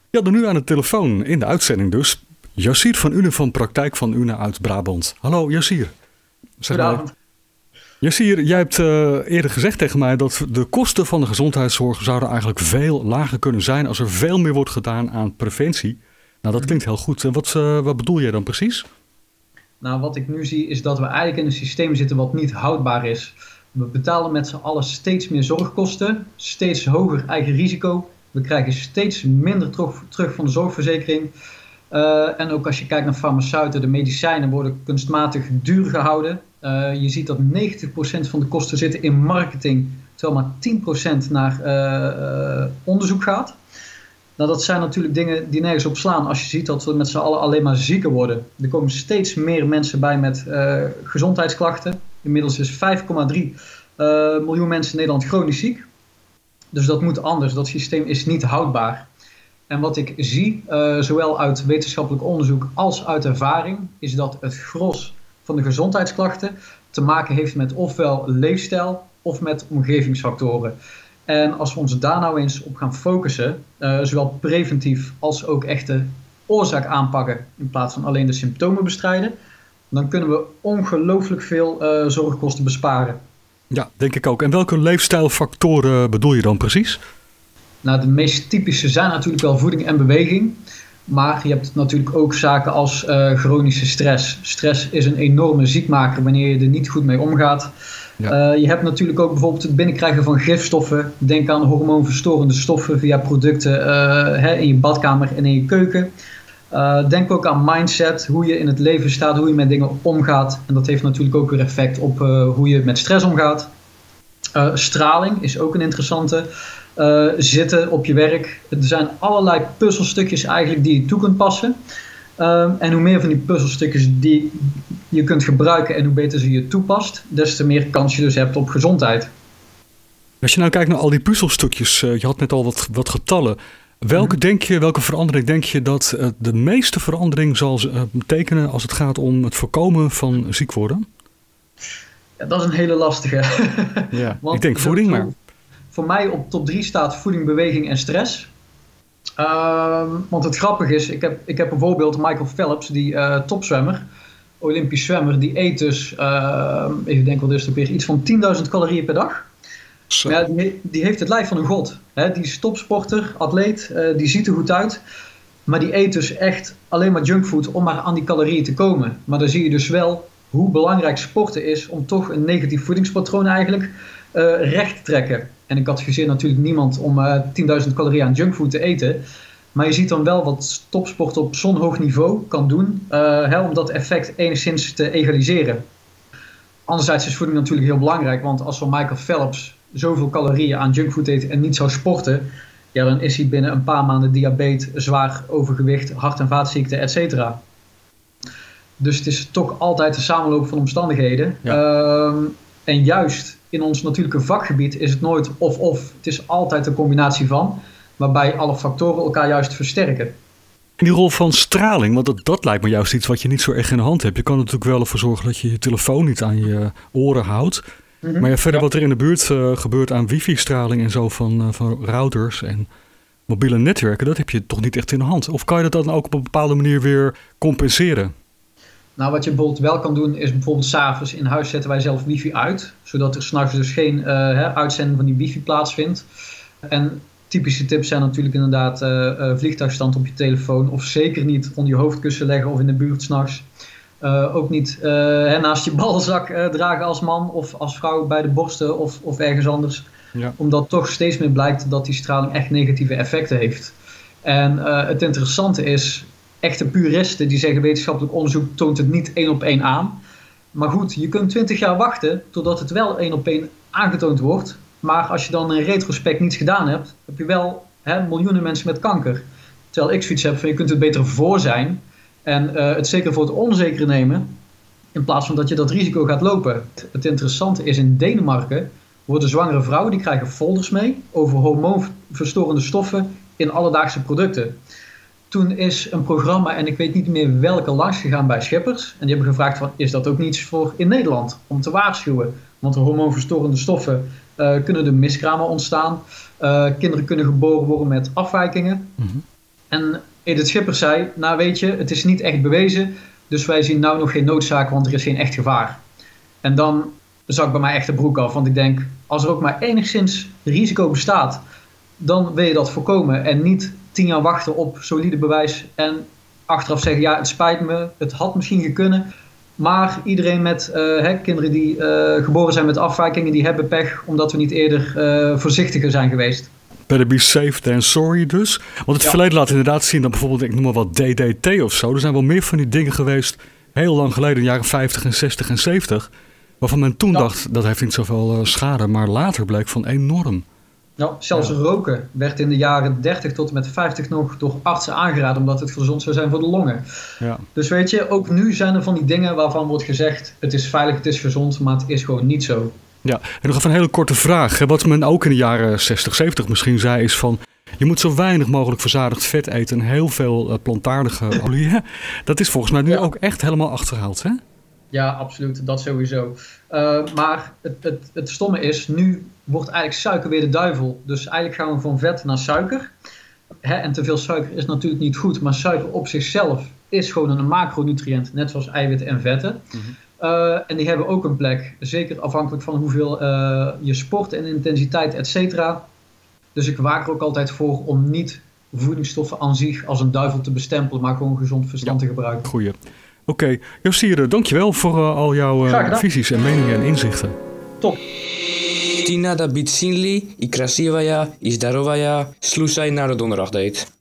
Ja, dan nu aan de telefoon, in de uitzending dus, Yassir van Une van Praktijk van Une uit Brabant. Hallo Yassir. Goedenavond. Yassir, jij hebt eerder gezegd tegen mij dat de kosten van de gezondheidszorg zouden eigenlijk veel lager kunnen zijn als er veel meer wordt gedaan aan preventie. Nou, dat klinkt heel goed. En wat bedoel jij dan precies? Nou, wat ik nu zie is dat we eigenlijk in een systeem zitten wat niet houdbaar is. We betalen met z'n allen steeds meer zorgkosten, steeds hoger eigen risico. We krijgen steeds minder terug van de zorgverzekering. En ook als je kijkt naar farmaceuten, de medicijnen worden kunstmatig duur gehouden. Je ziet dat 90% van de kosten zitten in marketing, terwijl maar 10% naar onderzoek gaat. Nou, dat zijn natuurlijk dingen die nergens op slaan als je ziet dat we met z'n allen alleen maar zieker worden. Er komen steeds meer mensen bij met gezondheidsklachten. Inmiddels is 5,3 miljoen mensen in Nederland chronisch ziek. Dus dat moet anders. Dat systeem is niet houdbaar. En wat ik zie, zowel uit wetenschappelijk onderzoek als uit ervaring, is dat het gros van de gezondheidsklachten te maken heeft met ofwel leefstijl of met omgevingsfactoren. En als we ons daar nou eens op gaan focussen, zowel preventief als ook echt de oorzaak aanpakken in plaats van alleen de symptomen bestrijden, dan kunnen we ongelooflijk veel zorgkosten besparen. Ja, denk ik ook. En welke leefstijlfactoren bedoel je dan precies? Nou, de meest typische zijn natuurlijk wel voeding en beweging. Maar je hebt natuurlijk ook zaken als chronische stress. Stress is een enorme ziekmaker wanneer je er niet goed mee omgaat. Ja. Je hebt natuurlijk ook bijvoorbeeld het binnenkrijgen van gifstoffen. Denk aan hormoonverstorende stoffen via producten in je badkamer en in je keuken. Denk ook aan mindset, hoe je in het leven staat, hoe je met dingen omgaat. En dat heeft natuurlijk ook weer effect op hoe je met stress omgaat. Straling is ook een interessante. Zitten op je werk. Er zijn allerlei puzzelstukjes eigenlijk die je toe kunt passen. En hoe meer van die puzzelstukjes die je kunt gebruiken en hoe beter ze je toepast, des te meer kans je dus hebt op gezondheid. Als je nou kijkt naar al die puzzelstukjes, je had net al wat getallen. Welke verandering denk je dat de meeste verandering zal betekenen als het gaat om het voorkomen van ziek worden? Ja, dat is een hele lastige. Ja, ik denk voeding, maar... Voor mij op top 3 staat voeding, beweging en stress. Want het grappige is, ik heb bijvoorbeeld Michael Phelps, die topzwemmer, Olympisch zwemmer, die eet dus, even denken wat is het ook weer, iets van 10.000 calorieën per dag. Ja, die heeft het lijf van een god. Hè? Die is topsporter, atleet, die ziet er goed uit. Maar die eet dus echt alleen maar junkfood om maar aan die calorieën te komen. Maar dan zie je dus wel hoe belangrijk sporten is om toch een negatief voedingspatroon eigenlijk recht te trekken. En ik adviseer natuurlijk niemand om 10.000 calorieën aan junkfood te eten. Maar je ziet dan wel wat topsport op zo'n hoog niveau kan doen om dat effect enigszins te egaliseren. Anderzijds is voeding natuurlijk heel belangrijk, want als zo'n Michael Phelps zoveel calorieën aan junkfood eet en niet zou sporten, ja, dan is hij binnen een paar maanden diabetes, zwaar overgewicht, hart- en vaatziekten, etc. Dus het is toch altijd de samenloop van omstandigheden. Ja. En juist in ons natuurlijke vakgebied is het nooit of-of. Het is altijd een combinatie van, waarbij alle factoren elkaar juist versterken. En die rol van straling, want dat lijkt me juist iets wat je niet zo erg in de hand hebt. Je kan er natuurlijk wel ervoor zorgen dat je je telefoon niet aan je oren houdt. Mm-hmm. Maar ja, verder wat er in de buurt gebeurt aan wifi-straling en zo van routers en mobiele netwerken, dat heb je toch niet echt in de hand. Of kan je dat dan ook op een bepaalde manier weer compenseren? Nou, wat je bijvoorbeeld wel kan doen is bijvoorbeeld 's avonds in huis zetten wij zelf wifi uit. Zodat er 's nachts dus geen uitzending van die wifi plaatsvindt. En typische tips zijn natuurlijk inderdaad vliegtuigstand op je telefoon. Of zeker niet onder je hoofdkussen leggen of in de buurt 's nachts. Ook niet naast je balzak dragen als man of als vrouw bij de borsten of ergens anders. Ja. Omdat toch steeds meer blijkt dat die straling echt negatieve effecten heeft. En het interessante is, echte puristen die zeggen wetenschappelijk onderzoek toont het niet 1 op 1 aan. Maar goed, je kunt 20 jaar wachten totdat het wel 1 op 1 aangetoond wordt. Maar als je dan in retrospect niets gedaan hebt, heb je wel miljoenen mensen met kanker. Terwijl ik zoiets heb van je kunt het beter voor zijn en het zeker voor het onzekere nemen, in plaats van dat je dat risico gaat lopen. Het interessante is, in Denemarken worden zwangere vrouwen, die krijgen folders mee over hormoonverstorende stoffen in alledaagse producten. Toen is een programma, en ik weet niet meer welke, langs gegaan bij Schippers. En die hebben gevraagd van, is dat ook niets voor in Nederland om te waarschuwen? Want de hormoonverstorende stoffen kunnen er miskramen ontstaan. Kinderen kunnen geboren worden met afwijkingen. Mm-hmm. En Edith Schippers zei, nou weet je, het is niet echt bewezen, dus wij zien nou nog geen noodzaak, want er is geen echt gevaar. En dan zak bij mij echt de broek af, want ik denk, als er ook maar enigszins risico bestaat, dan wil je dat voorkomen en niet 10 jaar wachten op solide bewijs en achteraf zeggen, ja, het spijt me, het had misschien gekunnen. Maar iedereen met kinderen die geboren zijn met afwijkingen, die hebben pech omdat we niet eerder voorzichtiger zijn geweest. Better be safe than sorry dus. Want het verleden laat inderdaad zien dat bijvoorbeeld, ik noem maar wat, DDT of zo. Er zijn wel meer van die dingen geweest, heel lang geleden, in de jaren 50 en 60 en 70. Waarvan men toen dacht, dat heeft niet zoveel schade. Maar later bleek van enorm. Nou, zelfs roken werd in de jaren 30 tot en met 50 nog door artsen aangeraden, omdat het gezond zou zijn voor de longen. Ja. Dus weet je, ook nu zijn er van die dingen waarvan wordt gezegd, het is veilig, het is gezond, maar het is gewoon niet zo. Ja, en nog even een hele korte vraag. Wat men ook in de jaren 60, 70 misschien zei, is van, je moet zo weinig mogelijk verzadigd vet eten en heel veel plantaardige olie. Dat is volgens mij nu ook echt helemaal achterhaald, hè? Ja, absoluut. Dat sowieso. Maar het stomme is, nu wordt eigenlijk suiker weer de duivel. Dus eigenlijk gaan we van vet naar suiker. En te veel suiker is natuurlijk niet goed. Maar suiker op zichzelf is gewoon een macronutriënt. Net zoals eiwitten en vetten. Mm-hmm. En die hebben ook een plek. Zeker afhankelijk van hoeveel je sport en intensiteit, et cetera. Dus ik waak er ook altijd voor om niet voedingsstoffen aan zich als een duivel te bestempelen. Maar gewoon gezond verstand te gebruiken. Goeie. Oké, Josire, dankjewel voor al jouw visies en meningen en inzichten. Top. Tina da Bitsinli, i krasivaya, i zdarovaya, slušaj Narodonarodate.